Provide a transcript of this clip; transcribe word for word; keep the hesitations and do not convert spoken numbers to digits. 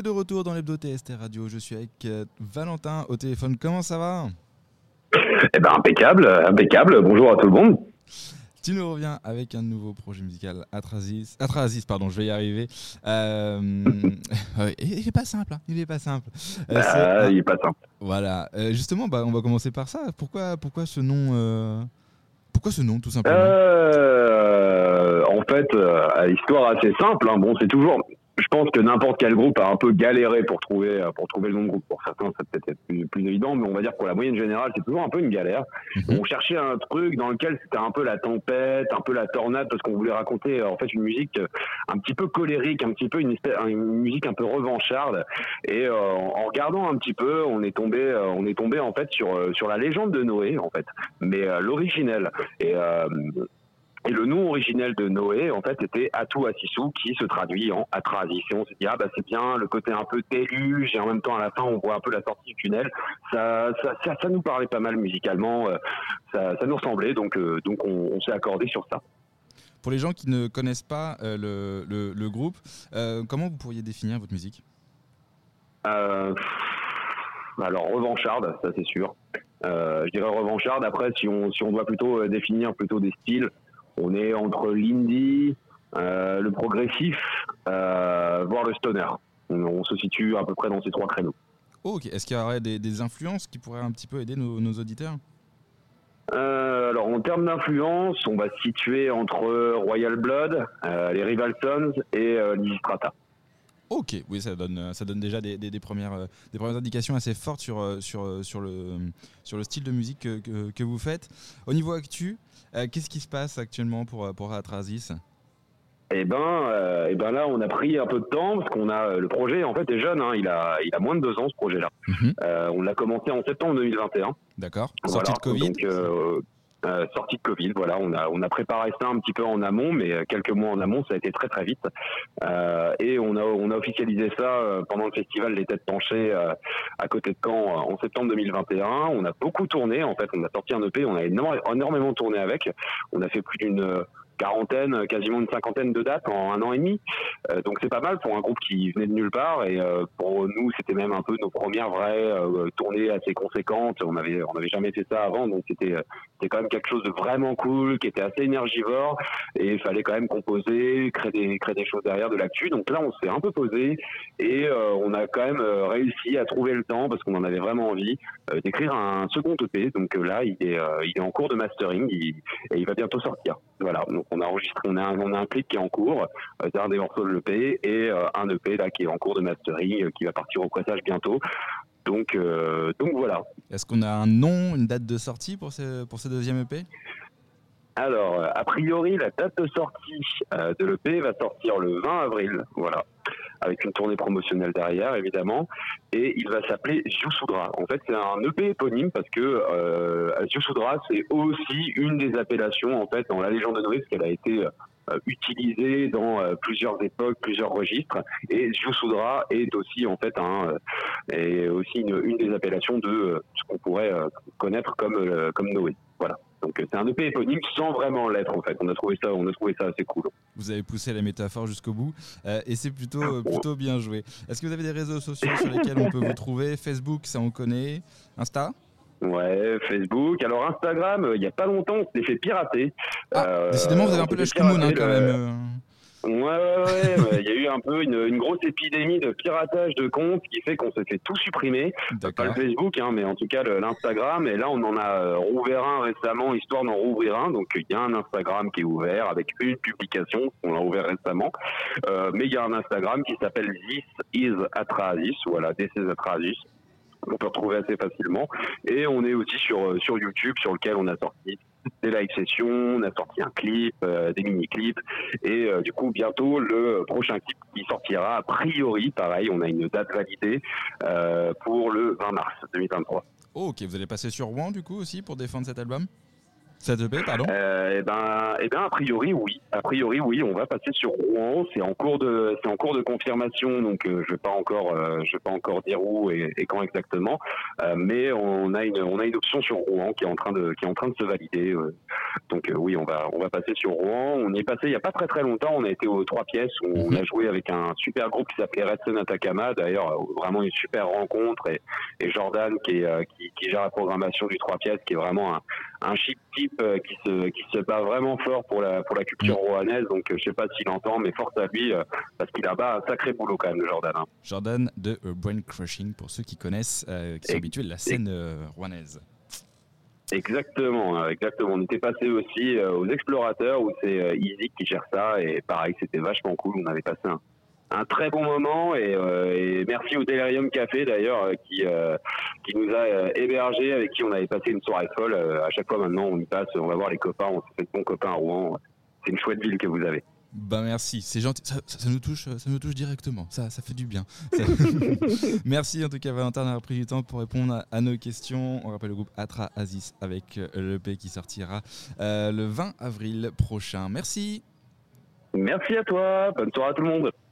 de retour dans l'hebdo T S T Radio. Je suis avec euh, Valentin au téléphone. Comment ça va ? Eh ben impeccable, impeccable. Bonjour à tout le monde. Tu nous reviens avec un nouveau projet musical, Atrasis. Atrasis, pardon, je vais y arriver. Euh, il est pas simple, hein, il est pas simple. Euh, bah, un... Il est pas simple. Voilà. Euh, justement, bah, on va commencer par ça. Pourquoi, pourquoi ce nom euh... Pourquoi ce nom, tout simplement ? euh, En fait, euh, histoire assez simple. Hein. Bon, c'est toujours. Je pense que n'importe quel groupe a un peu galéré pour trouver pour trouver le nom de groupe. Pour certains, ça peut être plus, plus évident, mais on va dire que pour la moyenne générale, c'est toujours un peu une galère. Mm-hmm. On cherchait un truc dans lequel c'était un peu la tempête, un peu la tornade, parce qu'on voulait raconter en fait une musique un petit peu colérique, un petit peu une, espèce, une musique un peu revancharde. Et euh, en regardant un petit peu, on est tombé, euh, on est tombé en fait sur sur la légende de Noé, en fait, mais euh, l'originel. Et euh, Et le nom originel de Noé, en fait, était Atu Asisu, qui se traduit en Atrasis. Et on s'est dit, ah bah c'est bien, le côté un peu déluge, et en même temps, à la fin, on voit un peu la sortie du tunnel. Ça, ça, ça, ça nous parlait pas mal musicalement, ça, ça nous ressemblait, donc, euh, donc on, on s'est accordé sur ça. Pour les gens qui ne connaissent pas euh, le, le, le groupe, euh, comment vous pourriez définir votre musique ? euh, Alors, revancharde, ça c'est sûr. Euh, je dirais revancharde. Après, si on, si on doit plutôt définir plutôt des styles, on est entre l'indie, euh, le progressif, euh, voire le stoner. On, on se situe à peu près dans ces trois créneaux. Oh, ok. Est-ce qu'il y aurait des, des influences qui pourraient un petit peu aider nos, nos auditeurs ? euh, Alors, en termes d'influence, on va se situer entre Royal Blood, euh, les Rival Sons et euh, Lysistrata. Ok, oui, ça donne, ça donne déjà des, des, des, premières, des premières indications assez fortes sur, sur, sur, le, sur le style de musique que, que, que vous faites. Au niveau actu, euh, qu'est-ce qui se passe actuellement pour, pour Atrasis ? Eh ben, euh, eh ben là, on a pris un peu de temps parce qu'on a le projet. En fait, est jeune. Hein, il a, il a moins de deux ans ce projet-là. Mm-hmm. Euh, on l'a commencé en septembre deux mille vingt et un. D'accord. Sortie voilà. de Covid. Donc, euh, Euh, sortie de Covid, voilà, on a on a préparé ça un petit peu en amont, mais quelques mois en amont, ça a été très très vite. Euh, et on a on a officialisé ça pendant le festival Les Têtes Penchées euh, à côté de Caen en septembre deux mille vingt et un. On a beaucoup tourné, en fait, on a sorti un E P, on a énorme, énormément tourné avec. On a fait plus d'une quarantaine, quasiment une cinquantaine de dates en un an et demi. Euh, donc c'est pas mal pour un groupe qui venait de nulle part. Et euh, pour nous, c'était même un peu nos premières vraies euh, tournées assez conséquentes. On avait on avait jamais fait ça avant, donc c'était c'était quand même quelque chose de vraiment cool, qui était assez énergivore. Et il fallait quand même composer, créer des créer des choses derrière, de l'actu. Donc là, on s'est un peu posé et euh, on a quand même réussi à trouver le temps, parce qu'on en avait vraiment envie, euh, d'écrire un second E P. Donc euh, là, il est euh, il est en cours de mastering il, et il va bientôt sortir. Voilà. Donc on a enregistré, on a un, on a un clip qui est en cours, euh, c'est un des morceaux de l'E P, et euh, un E P là qui est en cours de mastering, euh, qui va partir au pressage bientôt. Donc, euh, donc voilà. Est-ce qu'on a un nom, une date de sortie pour ce, pour ce deuxième E P ? Alors, a priori, la date de sortie euh, de l'E P va sortir le vingt avril, voilà, avec une tournée promotionnelle derrière, évidemment, et il va s'appeler Ziusudra. En fait, c'est un E P éponyme parce que euh, Ziusudra, c'est aussi une des appellations, en fait, dans la légende de Noé, parce qu'elle a été euh, utilisée dans euh, plusieurs époques, plusieurs registres, et Ziusudra est aussi, en fait, un, euh, est aussi une, une des appellations de euh, ce qu'on pourrait euh, connaître comme, euh, comme Noé. Voilà. Donc c'est un E P éponyme sans vraiment l'être, en fait. On a trouvé ça, on a trouvé ça assez cool. Vous avez poussé la métaphore jusqu'au bout euh, et c'est plutôt euh, plutôt bien joué. Est-ce que vous avez des réseaux sociaux sur lesquels on peut vous trouver ? Facebook, ça on connaît. Insta ? Ouais, Facebook. Alors Instagram, il euh, y a pas longtemps, on s'est fait pirater. Ah, euh, décidément, vous avez un peu la schkimoun hein, quand le... même. Euh... Ouais, ouais, ouais. Il y a eu un peu une, une grosse épidémie de piratage de comptes qui fait qu'on s'est fait tout supprimer. Pas le Facebook, hein, mais en tout cas le, l'Instagram. Et là, on en a rouvert un récemment, histoire d'en rouvrir un. Donc, il y a un Instagram qui est ouvert avec une publication. On l'a ouvert récemment. Euh, mais il y a un Instagram qui s'appelle This is Atrasis. Voilà, This is Atrasis. On peut retrouver assez facilement. Et on est aussi sur, sur YouTube, sur lequel on a sorti des live sessions, on a sorti un clip, euh, des mini-clips, et euh, du coup bientôt le prochain clip qui sortira, a priori, pareil, on a une date validée euh, pour le vingt mars deux mille vingt-trois. Oh, ok, vous allez passer sur Rouen du coup aussi pour défendre cet album ? Cette E P, pardon. Euh, et ben, et ben, a priori, oui. A priori, oui. On va passer sur Rouen. C'est en cours de, c'est en cours de confirmation. Donc, euh, je vais pas encore, euh, je vais pas encore dire où et, et quand exactement. Euh, mais on a une, on a une option sur Rouen qui est en train de, qui est en train de se valider. Euh, Donc euh, oui, on va on va passer sur Rouen. On y est passé il y a pas très très longtemps. On a été aux Trois Pièces où on a joué avec un super groupe qui s'appelait Redson Atacama. D'ailleurs, euh, vraiment une super rencontre. Et, et Jordan qui, est, euh, qui qui gère la programmation du Trois Pièces, qui est vraiment un un chic type euh, qui se qui se bat vraiment fort pour la pour la culture rouennaise. Donc euh, je sais pas s'il entend, mais force à lui euh, parce qu'il a bas un sacré boulot quand même, le Jordan. Hein. Jordan de euh, Brain Crushing, pour ceux qui connaissent, euh, qui sont et, habitués de la scène euh, rouennaise. Exactement, exactement. On était passé aussi euh, aux Explorateurs où c'est euh, Easy qui gère ça et pareil, c'était vachement cool. On avait passé un, un très bon moment et, euh, et merci au Delirium Café d'ailleurs euh, qui euh, qui nous a euh, hébergés, avec qui on avait passé une soirée folle. Euh, à chaque fois maintenant, on y passe, on va voir les copains, on se fait de bons copains à Rouen. C'est une chouette ville que vous avez. Ben merci, c'est gentil, ça, ça, ça nous touche, ça nous touche directement, ça, ça fait du bien. Ça... Merci en tout cas Valentin d'avoir pris du temps pour répondre à, à nos questions. On rappelle le groupe Atra Aziz avec euh, l'E P qui sortira euh, le vingt avril prochain. Merci. Merci à toi, bonne soirée à tout le monde.